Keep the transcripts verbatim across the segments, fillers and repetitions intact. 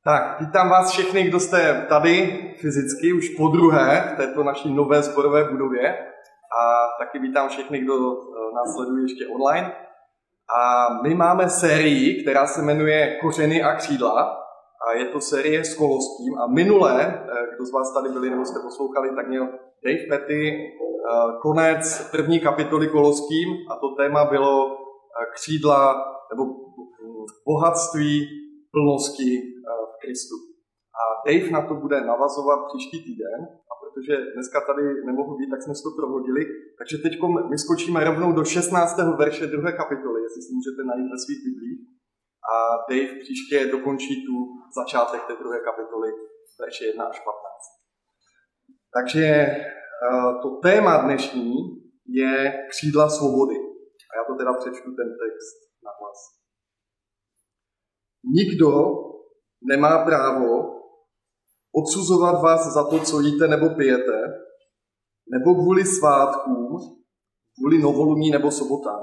Tak, vítám vás všechny, kdo jste tady fyzicky už po druhé v této naší nové sborové budově a taky vítám všechny, kdo nás sledují ještě online. A my máme sérii, která se jmenuje Kořeny a křídla a je to série s Koloským a minule, kdo z vás tady byli nebo jste poslouchali, tak měl Dave Petty konec první kapitoly Koloským a to téma bylo křídla nebo bohatství plnosti v Kristu. A Dave na to bude navazovat příští týden a protože dneska tady nemohu být, tak jsme si to prohodili. Takže teď my skočíme rovnou do šestnáctého verše druhé kapitoly, jestli si můžete najít ve svých biblích. A Dave příště dokončí tu začátek té druhé kapitoly, verše jedna až patnáct. Takže to téma dnešní je křídla svobody. A já to teda přečtu ten text na hlas. Nikdo nemá právo odsuzovat vás za to, co jíte nebo pijete, nebo kvůli svátkům, kvůli novoluní nebo sobotám.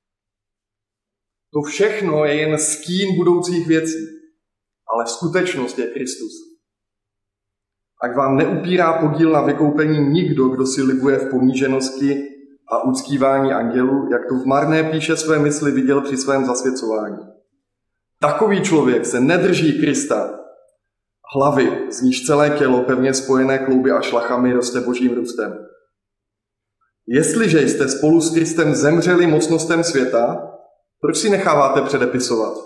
To všechno je jen stín budoucích věcí, ale skutečnost je Kristus. Ať vám neupírá podíl na vykoupení nikdo, kdo si libuje v poníženosti a uctívání andělů, jak to v marné píše své mysli viděl při svém zasvěcování. Takový člověk se nedrží Krista, hlavy, z níž celé tělo, pevně spojené klouby a šlachami, roste božím růstem. Jestliže jste spolu s Kristem zemřeli mocnostem světa, proč si necháváte předepisovat?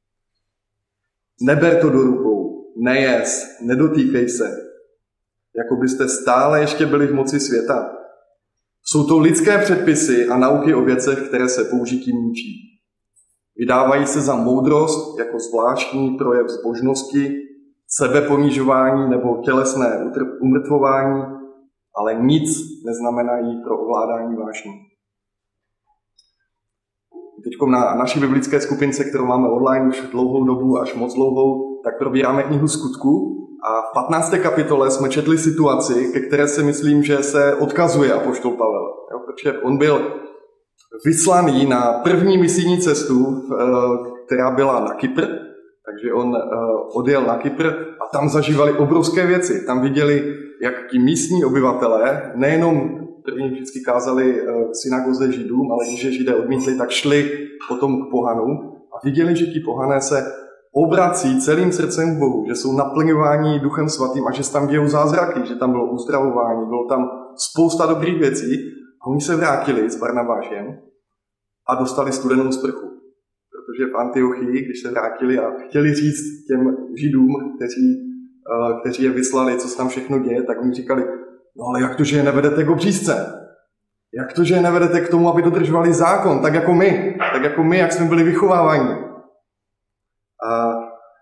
Neber to do rukou, nejez, nedotýkej se, jako byste stále ještě byli v moci světa. Jsou to lidské předpisy a nauky o věcech, které se použitím ničí. Vydávají se za moudrost jako zvláštní projev zbožnosti, sebeponížování nebo tělesné umrtvování, ale nic neznamenají pro ovládání vášní. Teď na naší biblické skupince, kterou máme online už dlouhou dobu, až moc dlouhou, tak probíráme knihu Skutků a v patnácté kapitole jsme četli situaci, ke které si myslím, že se odkazuje apoštol Pavel. Jo, protože on byl vyslaný na první misijní cestu, která byla na Kypr, takže on odjel na Kypr a tam zažívali obrovské věci. Tam viděli, jak ti místní obyvatelé nejenom první vždycky kázali v synagoze Židům, ale když je Židé odmítli, tak šli potom k pohanům a viděli, že ti pohané se obrací celým srdcem k Bohu, že jsou naplňováni Duchem Svatým a že se tam dějou zázraky, že tam bylo uzdravování, bylo tam spousta dobrých věcí. A oni se vrátili s Barnabášem a dostali studenou sprchu. Protože v Antiochii, když se vrátili a chtěli říct těm Židům, kteří, kteří je vyslali, co se tam všechno děje, tak oni říkali, no ale jak to, že je nevedete k obřízce? Jak to, že je nevedete k tomu, aby dodržovali zákon, tak jako my, tak jako my, jak jsme byli vychováváni. A, a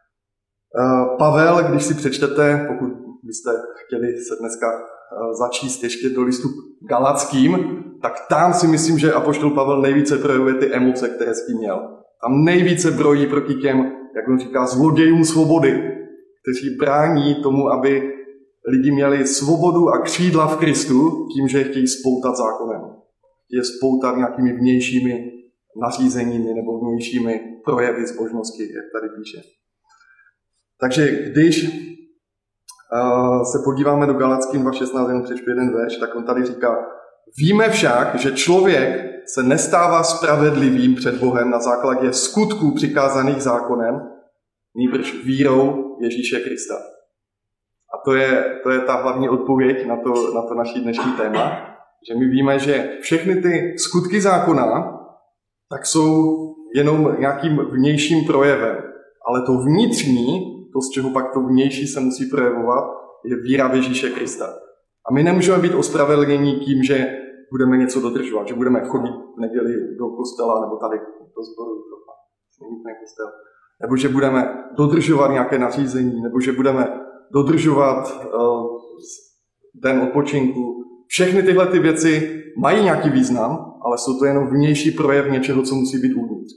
Pavel, když si přečtete, pokud byste chtěli se dneska začíst ještě do listu Galackým, tak tam si myslím, že apoštol Pavel nejvíce projevuje ty emoce, které s tím měl. Tam nejvíce brojí proti těm, jak on říká, zlodějům svobody, kteří brání tomu, aby lidi měli svobodu a křídla v Kristu tím, že je chtějí spoutat zákonem. Je spoutat nějakými vnějšími nařízeními nebo vnějšími projevy zbožnosti, jak tady píše. Takže když se podíváme do Galackým dva šestnáct, jen přečtu jeden verš, tak on tady říká, víme však, že člověk se nestává spravedlivým před Bohem na základě skutků přikázaných zákonem, nýbrž vírou Ježíše Krista. A to je, to je ta hlavní odpověď na to, na to naší dnešní téma, že my víme, že všechny ty skutky zákona tak jsou jenom nějakým vnějším projevem, ale to vnitřní, to, z čeho pak to vnější se musí projevovat, je víra v Ježíše Krista. A my nemůžeme být ospravedlnění tím, že budeme něco dodržovat, že budeme chodit v neděli do kostela nebo tady do sboru, do kostela, nebo že budeme dodržovat nějaké nařízení, nebo že budeme dodržovat uh, den odpočinku. Všechny tyhle ty věci mají nějaký význam, ale jsou to jenom vnější projev něčeho, co musí být uvnitř.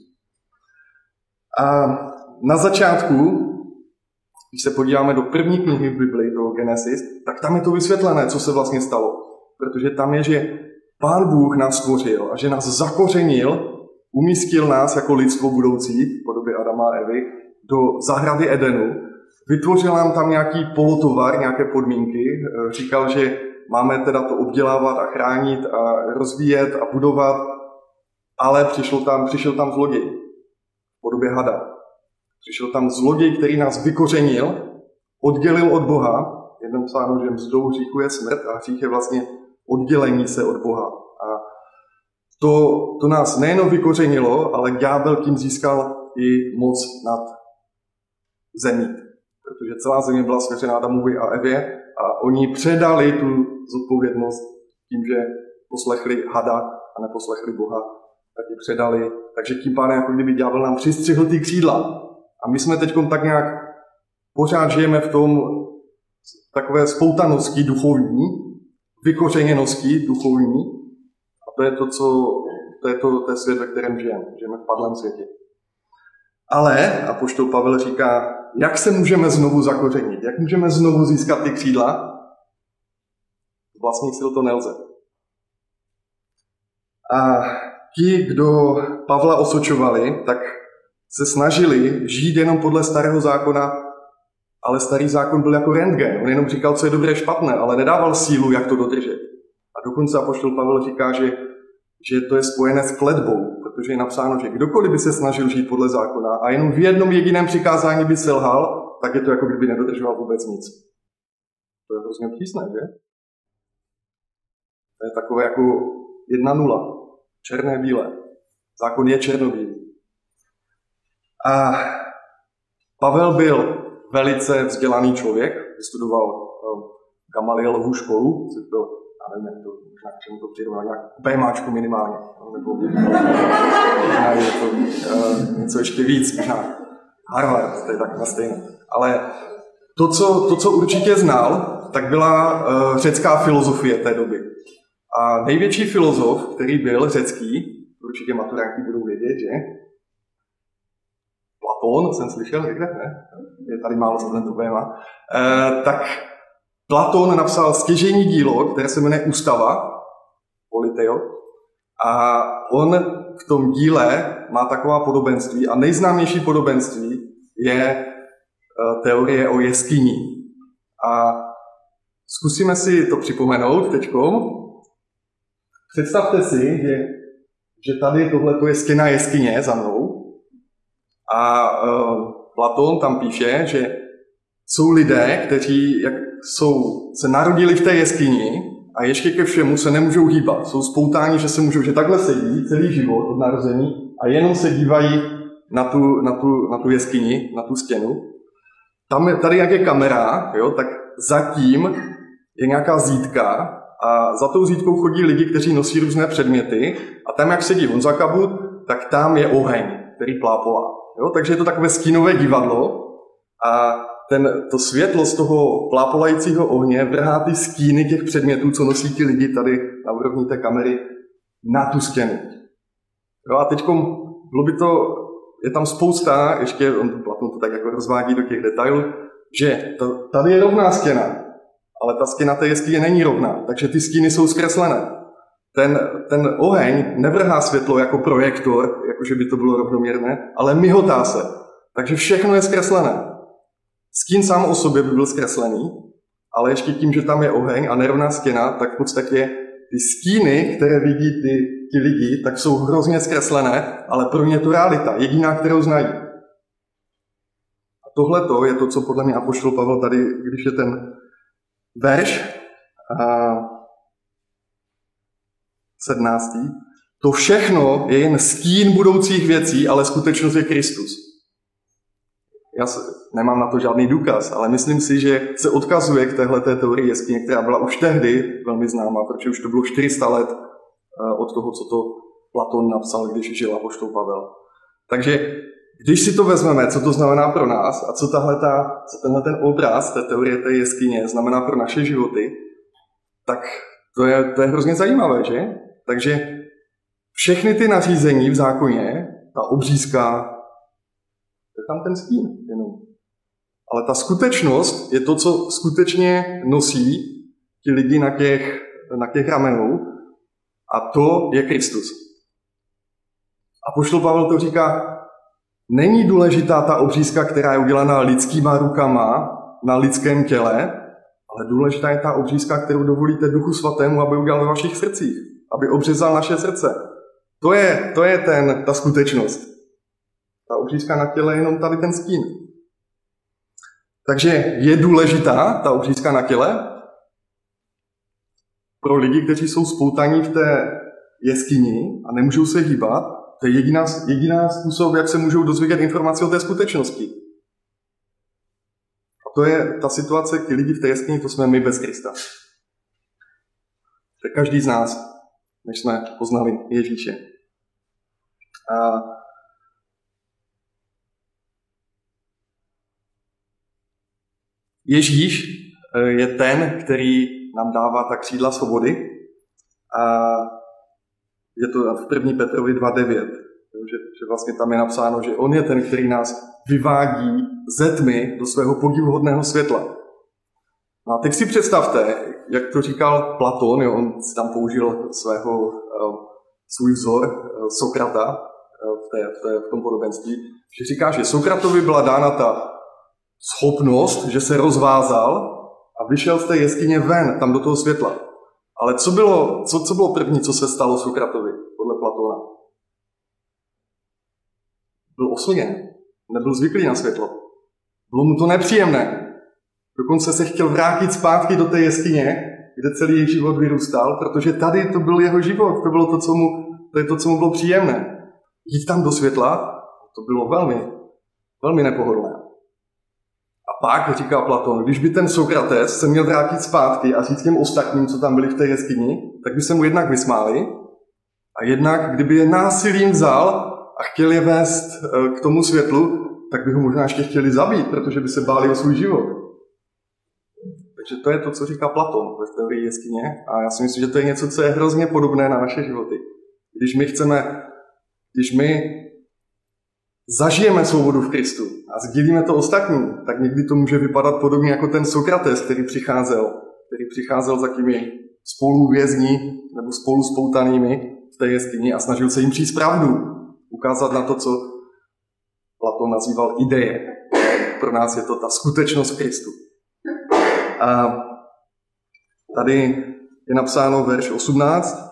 A na začátku, když se podíváme do první knihy v Biblii, do Genesis, tak tam je to vysvětlené, co se vlastně stalo. Protože tam je, že Pán Bůh nás stvořil a že nás zakořenil, umístil nás jako lidstvo budoucí v podobě Adama a Evy do zahrady Edenu, vytvořil nám tam nějaký polotovar, nějaké podmínky, říkal, že máme teda to obdělávat a chránit a rozvíjet a budovat, ale přišel tam, přišel tam zloděj v podobě hada. Přišel tam zloděj, který nás vykořenil, oddělil od Boha. Jednou psáno, že mzdou hříchu je smrt a hřích je vlastně oddělení se od Boha. A to, to nás nejenom vykořenilo, ale ďábel tím získal i moc nad zemí. Protože celá země byla svěřena Adamovi a Evě a oni předali tu zodpovědnost tím, že poslechli hada a neposlechli Boha, tak ji předali. Takže tím pádem, jako kdyby ďábel nám přistřihl ty křídla. A my jsme teď tak nějak pořád žijeme v tom takové spoutanosti duchovní, vykořeněnosti duchovní. A to je to, co, to je to, to je svět, ve kterém žijeme. Žijeme v padlém světě. Ale apoštol Pavel říká, jak se můžeme znovu zakořenit, jak můžeme znovu získat ty křídla? Z vlastních sil to nelze. A ti, kdo Pavla osočovali, tak se snažili žít jenom podle starého zákona, ale starý zákon byl jako rentgen. On jenom říkal, co je dobré, špatné, ale nedával sílu, jak to dodržet. A dokonce apoštol Pavel říká, že, že to je spojené s kletbou, protože je napsáno, že kdokoliv by se snažil žít podle zákona a jenom v jednom jediném přikázání by selhal, tak je to jako kdyby nedodržoval vůbec nic. To je hrozně přísné, že? To je takové jako jedna nula. Černé, bílé. Zákon je černobílý. A Pavel byl velice vzdělaný člověk, vystudoval um, Gamalielovu školu, což byl, já nevím, jak to, možná k čemu to přirovnal, nějak bémáčku minimálně, nebo možná je to uh, něco ještě víc, možná Harvard, to je tak na stejné. Ale to co, to, co určitě znal, tak byla uh, řecká filozofie té doby. A největší filozof, který byl řecký, určitě maturanti budou vědět, že? Platón, jsem slyšel někde, ne? Je tady málo studentů béma. E, tak Platón napsal stěžejní dílo, které se jmenuje Ústava, Politeio, a on v tom díle má taková podobenství a nejznámější podobenství je teorie o jeskyni. A zkusíme si to připomenout teďkom. Představte si, že, že tady tohleto je stěna jeskyně za mnou a uh, Platón tam píše, že jsou lidé, kteří jak jsou, se narodili v té jeskyni a ještě ke všemu se nemůžou hýbat. Jsou spoutáni, že se můžou, že takhle sedí celý život od narození a jenom se dívají na tu, na tu, na tu jeskyni, na tu stěnu. Tam je, tady jak je kamera, jo, tak zatím je nějaká zídka a za tou zídkou chodí lidi, kteří nosí různé předměty a tam, jak sedí on za kabut, tak tam je oheň, který plápolá. Jo, takže je to takové stínové divadlo a ten, to světlo z toho plápolajícího ohně vrhá ty stíny těch předmětů, co nosí ti lidi tady na úrovni té kamery, na tu stěnu. Jo, a teďkom bylo by to, je tam spousta, ještě on Platón to tak jako rozvádí do těch detailů, že to, tady je rovná stěna, ale ta stěna té jeskyně není rovná, takže ty stíny jsou zkreslené. Ten, ten oheň nevrhá světlo jako projektor, jakože by to bylo rovnoměrné, ale myhotá se. Takže všechno je zkreslené. Stín sám o sobě by byl zkreslený, ale ještě tím, že tam je oheň a nerovná stěna, tak v podstatě ty stíny, které vidí ty, ti lidi, tak jsou hrozně zkreslené, ale pro ně to realita, jediná, kterou znají. A tohleto je to, co podle mě apoštol Pavel tady, když je ten verš a sedmnáctý. To všechno je jen stín budoucích věcí, ale skutečnost je Kristus. Já nemám na to žádný důkaz, ale myslím si, že se odkazuje k téhleté teorii jeskyně, která byla už tehdy velmi známá, protože už to bylo čtyři sta let od toho, co to Platón napsal, když žil apoštol Pavel. Takže když si to vezmeme, co to znamená pro nás a co, tahleta, co tenhle ten obraz té teorie té jeskyně znamená pro naše životy, tak to je, to je hrozně zajímavé, že? Takže všechny ty nařízení v zákoně, ta obřízka, je tam ten stín jenom. Ale ta skutečnost je to, co skutečně nosí ti lidi na těch, na těch ramenou, a to je Kristus. Apoštol Pavel to říká Není důležitá ta obřízka, která je udělaná lidskýma rukama na lidském těle, ale důležitá je ta obřízka, kterou dovolíte Duchu Svatému, aby udělal ve vašich srdcích, aby obřezal naše srdce. To je, to je ten, ta skutečnost. Ta obřízka na těle je jenom tady ten stín. Takže je důležitá ta obřízka na těle pro lidi, kteří jsou spoutaní v té jeskyni a nemůžou se hýbat. To je jediná, jediná způsob, jak se můžou dozvědět informace o té skutečnosti. A to je ta situace, ty lidi v té jeskyni, to jsme my bez Krista. To je každý z nás, než jsme poznali Ježíše. A Ježíš je ten, který nám dává ta křídla svobody. A je to v první Petrovi dva devět, že, že vlastně tam je napsáno, že on je ten, který nás vyvádí ze tmy do svého podivuhodného světla. No a teď si představte, jak to říkal Platón, jo, on tam použil svého, svůj vzor Sokrata v, té, v, té, v tom podobenství, že říká, že Sokratovi byla dána ta schopnost, že se rozvázal a vyšel z té jeskyně ven, tam do toho světla. Ale co bylo, co, co bylo první, co se stalo Sokratovi podle Platóna? Byl oslněn, nebyl zvyklý na světlo. Bylo mu to nepříjemné. Dokonce se chtěl vrátit zpátky do té jeskyně, kde celý jeho život vyrůstal, protože tady to byl jeho život, to bylo to, co mu, to je to, co mu bylo příjemné. Jít tam do světla, to bylo velmi, velmi nepohodlné. A pak, říká Platón, když by ten Sokrates se měl vrátit zpátky a říct těm ostatním, co tam byli v té jeskyni, tak by se mu jednak vysmáli a jednak, kdyby je násilím vzal a chtěl je vést k tomu světlu, tak by ho možná ještě chtěli zabít, protože by se báli o svůj život. Takže to je to, co říká Platón ve teorii jeskyně a já si myslím, že to je něco, co je hrozně podobné na naše životy. Když my chceme, když my zažijeme svobodu v Kristu a sdílíme to ostatním, tak někdy to může vypadat podobně jako ten Sokrates, který přicházel, který přicházel za těmi spoluvězni nebo spolu spoutanými v té jeskyni a snažil se jim říct pravdu, ukázat na to, co Platón nazýval ideje. Pro nás je to ta skutečnost v Kristu. A tady je napsáno verš osmnáct.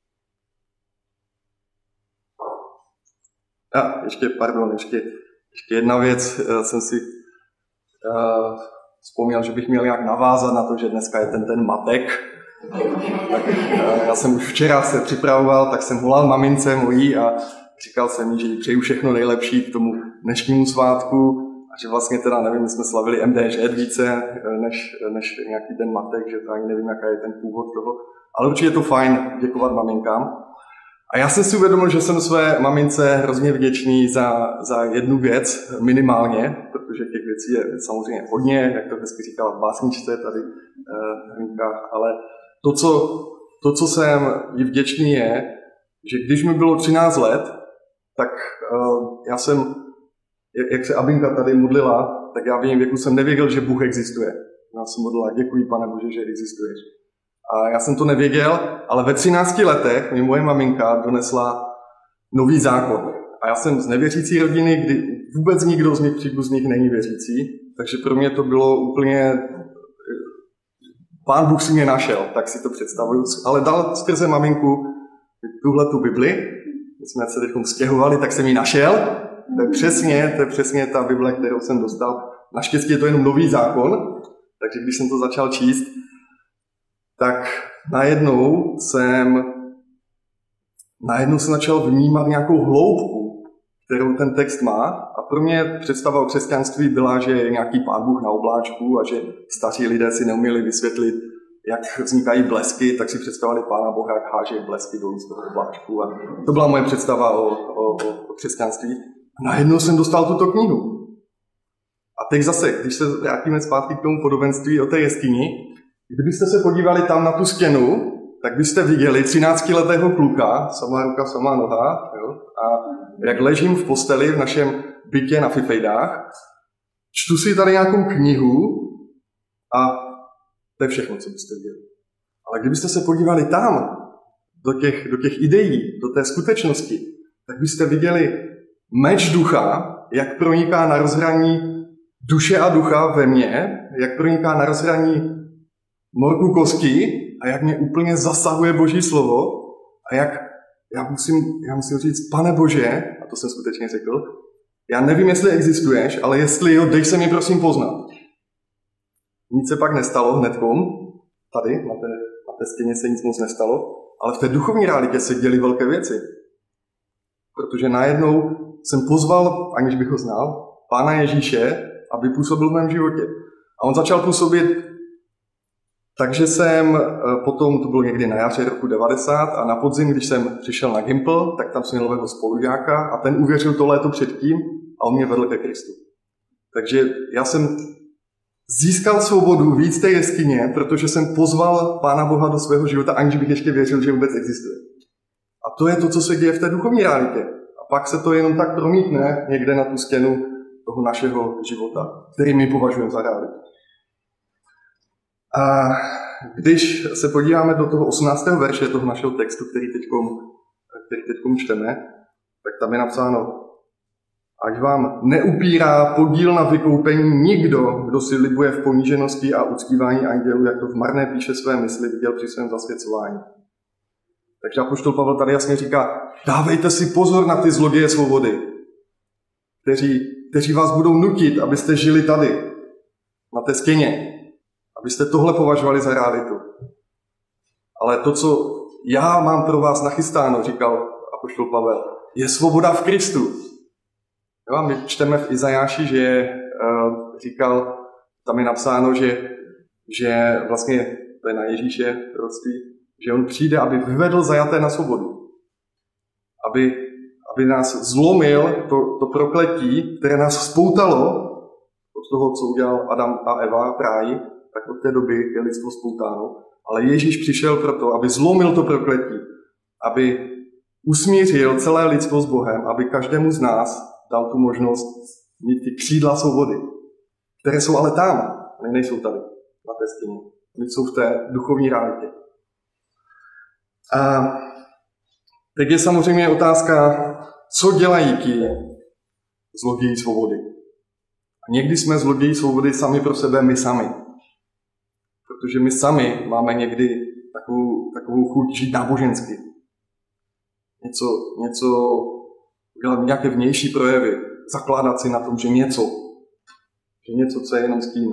A ještě, pardon, ještě, ještě jedna věc, jsem si uh, vzpomněl, že bych měl nějak navázat na to, že dneska je ten ten matek. Tak uh, já jsem už včera se připravoval, tak jsem volal mamince mojí a říkal jsem jí, že jí přeju všechno nejlepší k tomu dnešnímu svátku a že vlastně teda, nevím, my jsme slavili M D Ž více než, než nějaký ten matek, že to ani nevím, jaká je ten původ toho, ale určitě je to fajn děkovat maminkám. A já jsem si uvědomil, že jsem své mamince hrozně vděčný za, za jednu věc minimálně, protože těch věcí je samozřejmě hodně, jak to hezky říkala v básničce tady Hrinka, eh, ale to co, to, co jsem jí vděčný je, že když mi bylo třináct let, tak eh, já jsem, jak se Abinka tady modlila, tak já v jejím věku jsem nevěděl, že Bůh existuje. Já jsem modlila, děkuji, Pane Bože, že existuješ. A já jsem to nevěděl, ale ve třinácti letech mi moje maminka donesla nový zákon. A já jsem z nevěřící rodiny, kdy vůbec nikdo z mých příbuzných není věřící, takže pro mě to bylo úplně... Pán Bůh si mě našel, tak si to představuju. Ale dal skrze maminku tuhle tu Bibli. My jsme se teď stěhovali, tak jsem ji našel. To je přesně, to je přesně ta Bible, kterou jsem dostal. Naštěstí je to jenom nový zákon, takže když jsem to začal číst, tak najednou jsem, najednou jsem začal vnímat nějakou hloubku, kterou ten text má. A pro mě představa o křesťanství byla, že je nějaký Pán Bůh na obláčku a že staří lidé si neuměli vysvětlit, jak vznikají blesky, tak si představili Pána Boha, jak háže blesky dolů z toho obláčku. A to byla moje představa o, o, o křesťanství. A najednou jsem dostal tuto knihu. A teď zase, když se vrátíme zpátky k tomu podobenství o té jeskyni, kdybyste se podívali tam na tu stěnu, tak byste viděli třináctiletého kluka, samá ruka, samá noha, jo? A jak ležím v posteli v našem bytě na Fifejdách, čtu si tady nějakou knihu a to je všechno, co byste viděli. Ale kdybyste se podívali tam, do těch, do těch ideí, do té skutečnosti, tak byste viděli meč ducha, jak proniká na rozhraní duše a ducha ve mně, jak proniká na rozhraní morku kosti a jak mě úplně zasahuje Boží slovo a jak já musím, já musím říct, Pane Bože, a to jsem skutečně řekl, já nevím, jestli existuješ, ale jestli jo, dej se mě prosím poznat. Nic se pak nestalo hnedkom, tady na té, na té stěně se nic moc nestalo, ale v té duchovní realitě se děly velké věci. Protože najednou jsem pozval, aniž bych ho znal, Pána Ježíše, aby působil v mém životě. A on začal působit, takže jsem potom, to bylo někdy na jaře roku devadesát, a na podzim, když jsem přišel na Gimpl, tak tam jsem měl nového spolužáka a ten uvěřil to léto předtím a on mě vedl ke Kristu. Takže já jsem získal svobodu víc té jeskyně, protože jsem pozval Pána Boha do svého života, aniž bych ještě věřil, že vůbec existuje. A to je to, co se děje v té duchovní realitě. A pak se to jenom tak promítne někde na tu stěnu toho našeho života, který my považujeme za realitu. A když se podíváme do toho osmnáctého verše toho našeho textu, který teďkom, který teďkom čteme, tak tam je napsáno: ať vám neupírá podíl na vykoupení nikdo, kdo si libuje v poníženosti a uctívání andělů, jak to v marné píše své mysli viděl při svém zasvěcování. Takže apoštol Pavel tady jasně říká, dávejte si pozor na ty zloděje svobody, kteří, kteří vás budou nutit, abyste žili tady, na té stěně, abyste tohle považovali za realitu. Ale to, co já mám pro vás nachystáno, říkal apoštol Pavel, je svoboda v Kristu. Jo, my čteme v Izajáši, že uh, říkal, tam je napsáno, že, že vlastně, to je na Ježíše proroctví, že on přijde, aby vyvedl zajaté na svobodu. Aby, aby nás zlomil to, to prokletí, které nás spoutalo od toho, co udělal Adam a Eva v ráji, tak od té doby je lidstvo spoutáno. Ale Ježíš přišel proto, aby zlomil to prokletí, aby usmířil celé lidstvo s Bohem, aby každému z nás dal tu možnost mít ty křídla svobody, které jsou ale tam, ale nejsou tady, na té stěně. Oni jsou v té duchovní realitě. A teď je samozřejmě otázka, co dělají ti zloději svobody. A někdy jsme zloději svobody sami pro sebe, my sami. Protože my sami máme někdy takovou, takovou chuť žít nábožensky. Něco, něco, dělat nějaké vnější projevy, zakládat si na tom, že něco, že něco, co je jenom stín.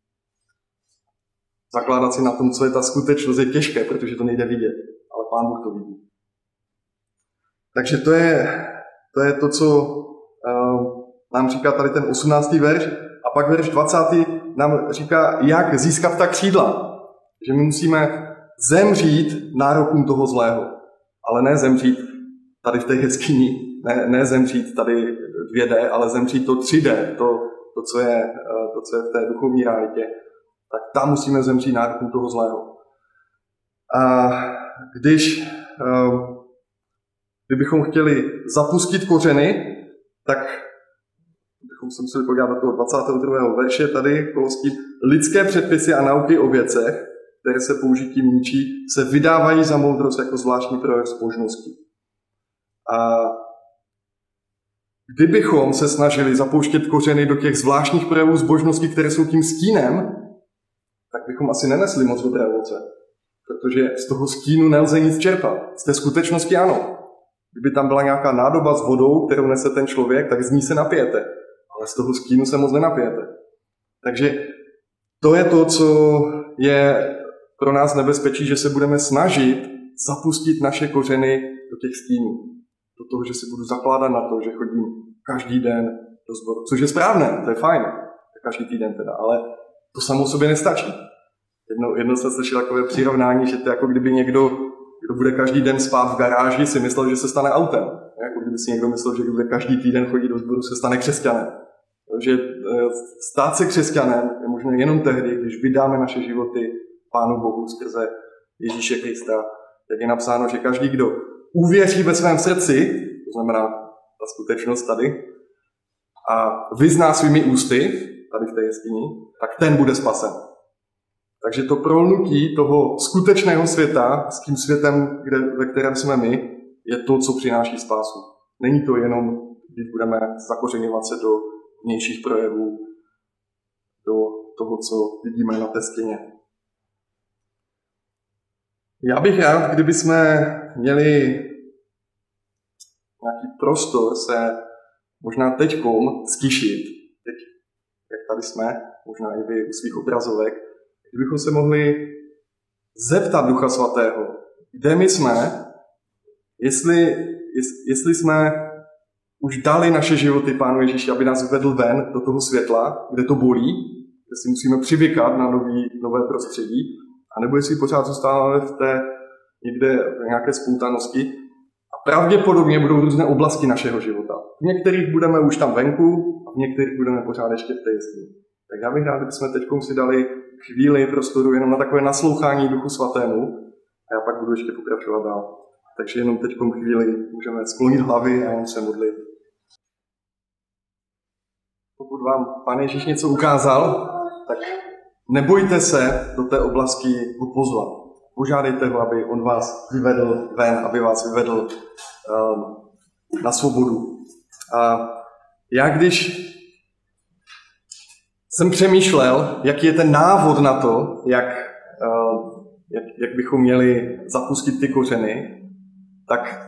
Zakládat si na tom, co je ta skutečnost, je těžké, protože to nejde vidět, ale Pán Bůh to vidí. Takže to je to, je to co uh, nám říká tady ten osmnáctý verš, a pak verš dvacátý nám říká, jak získat ta křídla. Že my musíme zemřít nárokům toho zlého, ale ne zemřít tady v té jeskyni, ne, ne zemřít tady dvě dé, ale zemřít to tři dé, to, to, co je, to, co je v té duchovní realitě, tak tam musíme zemřít nárokům toho zlého. A když kdybychom chtěli zapustit kořeny, tak bychom se museli podívat do toho dvacátého druhého verše tady Koloským. Lidské předpisy a nauky o věcech, které se použitím ničí, se vydávají za moudrost jako zvláštní projev zbožnosti. A kdybychom se snažili zapouštět kořeny do těch zvláštních projevů zbožnosti, které jsou tím stínem, tak bychom asi nenesli moc dobré ovoce. Protože z toho stínu nelze nic čerpat. Z té skutečnosti ano. Kdyby tam byla nějaká nádoba s vodou, kterou nese ten člověk, tak z ní se napijete. Ale z toho stínu se moc nenapijete. Takže to je to, co je pro nás nebezpečí, že se budeme snažit zapustit naše kořeny do těch stínů. Do toho, že si budu zakládat na to, že chodím každý den do sboru. Což je správné, to je fajn. Každý týden teda, ale to samo sobě nestačí. Jedno, jedno jsem slyšel takové přirovnání, že to je jako kdyby někdo, kdo bude každý den spát v garáži, si myslel, že se stane autem. Jako kdyby si někdo myslel, že kdo bude každý týden chodit do sboru, se stane křesťanem. Takže stát se křesťanem je možné jenom tehdy, když vydáme naše životy Pánu Bohu skrze Ježíše Krista. Jak je napsáno, že každý, kdo uvěří ve svém srdci, to znamená ta skutečnost tady, a vyzná svými ústy, tady v té jeskyni, tak ten bude spasen. Takže to prolnutí toho skutečného světa s tím světem, kde, ve kterém jsme my, je to, co přináší spásu. Není to jenom když budeme zakořeňovat se do vnějších projevů, do toho, co vidíme na té stěně. Já bych rád, kdyby jsme měli nějaký prostor se možná teďkom stišit, teď, jak tady jsme, možná i vy u svých obrazovek, kdybychom se mohli zeptat Ducha Svatého, kde my jsme, jestli, jestli jsme už dali naše životy Pánu Ježíši, aby nás vedl ven do toho světla, kde to bolí, kde si musíme přivykat na nový, nové prostředí, anebo jestli pořád zůstáváme v té někde v nějaké spoutanosti. A pravděpodobně budou různé oblasti našeho života. V některých budeme už tam venku a v některých budeme pořád ještě v té jeskyni. Tak já bych rád, kdybychom teď si dali chvíli prostoru jenom na takové naslouchání Duchu Svatému a já pak budu ještě pokračovat dál. Takže jenom teď chvíli můžeme sklonit hlavy a jen se modlit. Pokud vám Pán Ježíš něco ukázal, tak nebojte se do té oblasti ho pozvat. Požádejte ho, aby on vás vyvedl ven, aby vás vyvedl um, na svobodu. A já když jsem přemýšlel, jaký je ten návod na to, jak, uh, jak, jak bychom měli zapustit ty kořeny, tak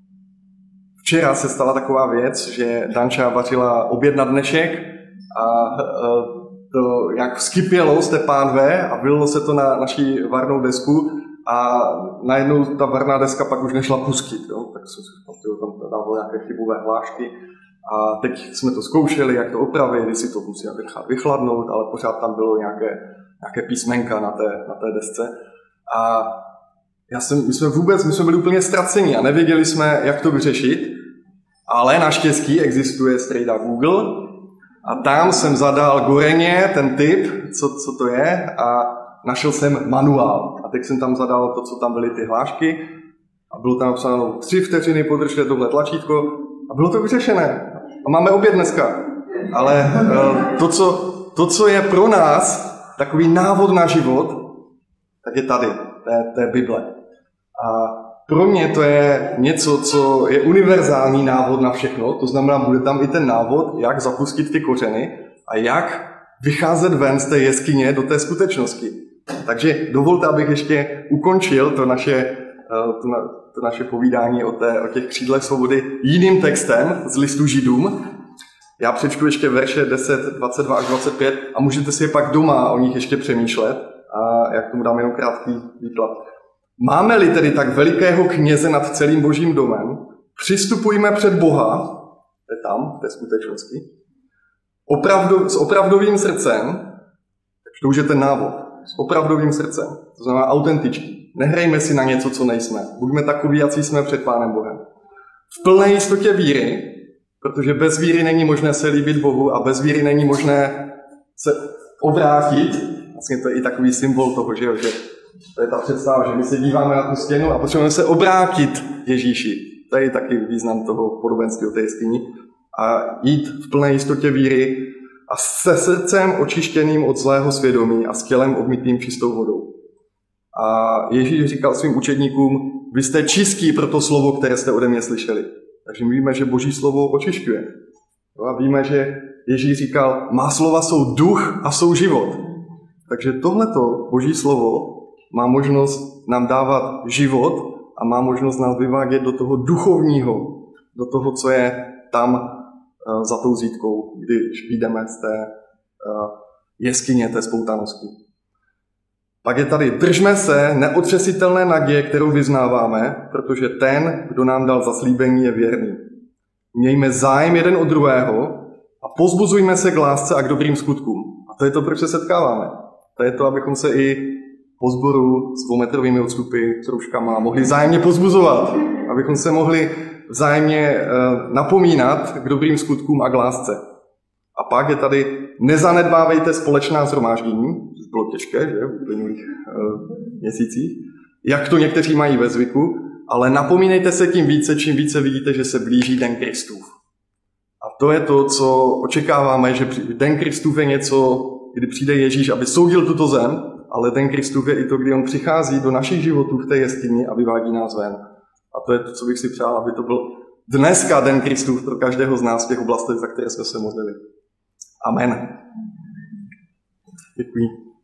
včera se stala taková věc, že Danča vařila oběd na dnešek a uh, to jak vskypělo z té pánve a vylilo se to na naší varnou desku a najednou ta varná deska pak už nešla pustit. Jo? Tak jsem si tam dával nějaké chybové hlášky a teď jsme to zkoušeli, jak to opravit, jestli to musíme nechat vychladnout, ale pořád tam bylo nějaké, nějaké písmenka na té, na té desce. A já jsem, my jsme vůbec, my jsme byli úplně ztraceni a nevěděli jsme, jak to vyřešit, ale naštěstí existuje strejda Google a tam jsem zadal goreně ten tip, co, co to je a našel jsem manuál. A teď jsem tam zadal to, co tam byly ty hlášky a bylo tam napsáno tři vteřiny, podržte tohle tlačítko a bylo to vyřešené. A máme oběd dneska. Ale to co, to, co je pro nás takový návod na život, tak je tady, té, té Bible. A pro mě to je něco, co je univerzální návod na všechno, to znamená, bude tam i ten návod, jak zapustit ty kořeny a jak vycházet ven z té jeskyně do té skutečnosti. Takže dovolte, abych ještě ukončil to naše, to, na, to naše povídání o, té, o těch křídlech svobody jiným textem z listu Židům. Já přečtu ještě verše deset, dvacet dva až dvacet pět a můžete si je pak doma o nich ještě přemýšlet a jak tomu dám jenom krátký výklad. Máme-li tedy tak velikého kněze nad celým božím domem, přistupujme před Boha, to je tam, v té skutečnosti, opravdu, s opravdovým srdcem, takže to už je ten návod, s opravdovým srdcem, to znamená autentičný. Nehrajme si na něco, co nejsme. Buďme takoví, jací jsme před Pánem Bohem. V plné jistotě víry, protože bez víry není možné se líbit Bohu a bez víry není možné se obrátit. Vlastně to je i takový symbol toho, že, že to je ta představa, že my se díváme na tu stěnu a potřebujeme se obrátit Ježíši. To je taky význam toho podobenství o té jeskyni. A jít v plné jistotě víry a se srdcem očištěným od zlého svědomí a s tělem obmytým čistou vodou. A Ježíš říkal svým učedníkům, vy jste čistí pro to slovo, které jste ode mě slyšeli. Takže my víme, že Boží slovo očišťuje. A víme, že Ježíš říkal, má slova jsou duch a jsou život. Takže tohleto Boží slovo má možnost nám dávat život a má možnost nás vyvádět do toho duchovního, do toho, co je tam uh, za tou zítkou, když vyjdeme z té uh, jeskyně, té spoutanosti. Pak je tady, držme se neotřesitelné naděje, kterou vyznáváme, protože ten, kdo nám dal zaslíbení, je věrný. Mějme zájem jeden od druhého a pozbuzujme se k lásce a k dobrým skutkům. A to je to, proč se setkáváme. To je to, abychom se i po sboru s dvoumetrovými odstupy, s rouškama mohli vzájemně pozbuzovat. Abychom se mohli vzájemně uh, napomínat k dobrým skutkům a k lásce. A pak je tady, nezanedbávejte společná shromáždění, což bylo těžké, že, v uplynulých uh, měsících, jak to někteří mají ve zvyku, ale napomínejte se tím více, čím více vidíte, že se blíží den Kristův. A to je to, co očekáváme, že den Kristův je něco, kdy přijde Ježíš, aby soudil tuto zem, ale den Kristův je i to, kdy on přichází do našich životů v té jeskyni a vyvádí nás ven. A to je to, co bych si přál, aby to byl dneska den Kristův pro každého z nás v těch oblastech, za které jsme se modlili. Amen. Děkuji.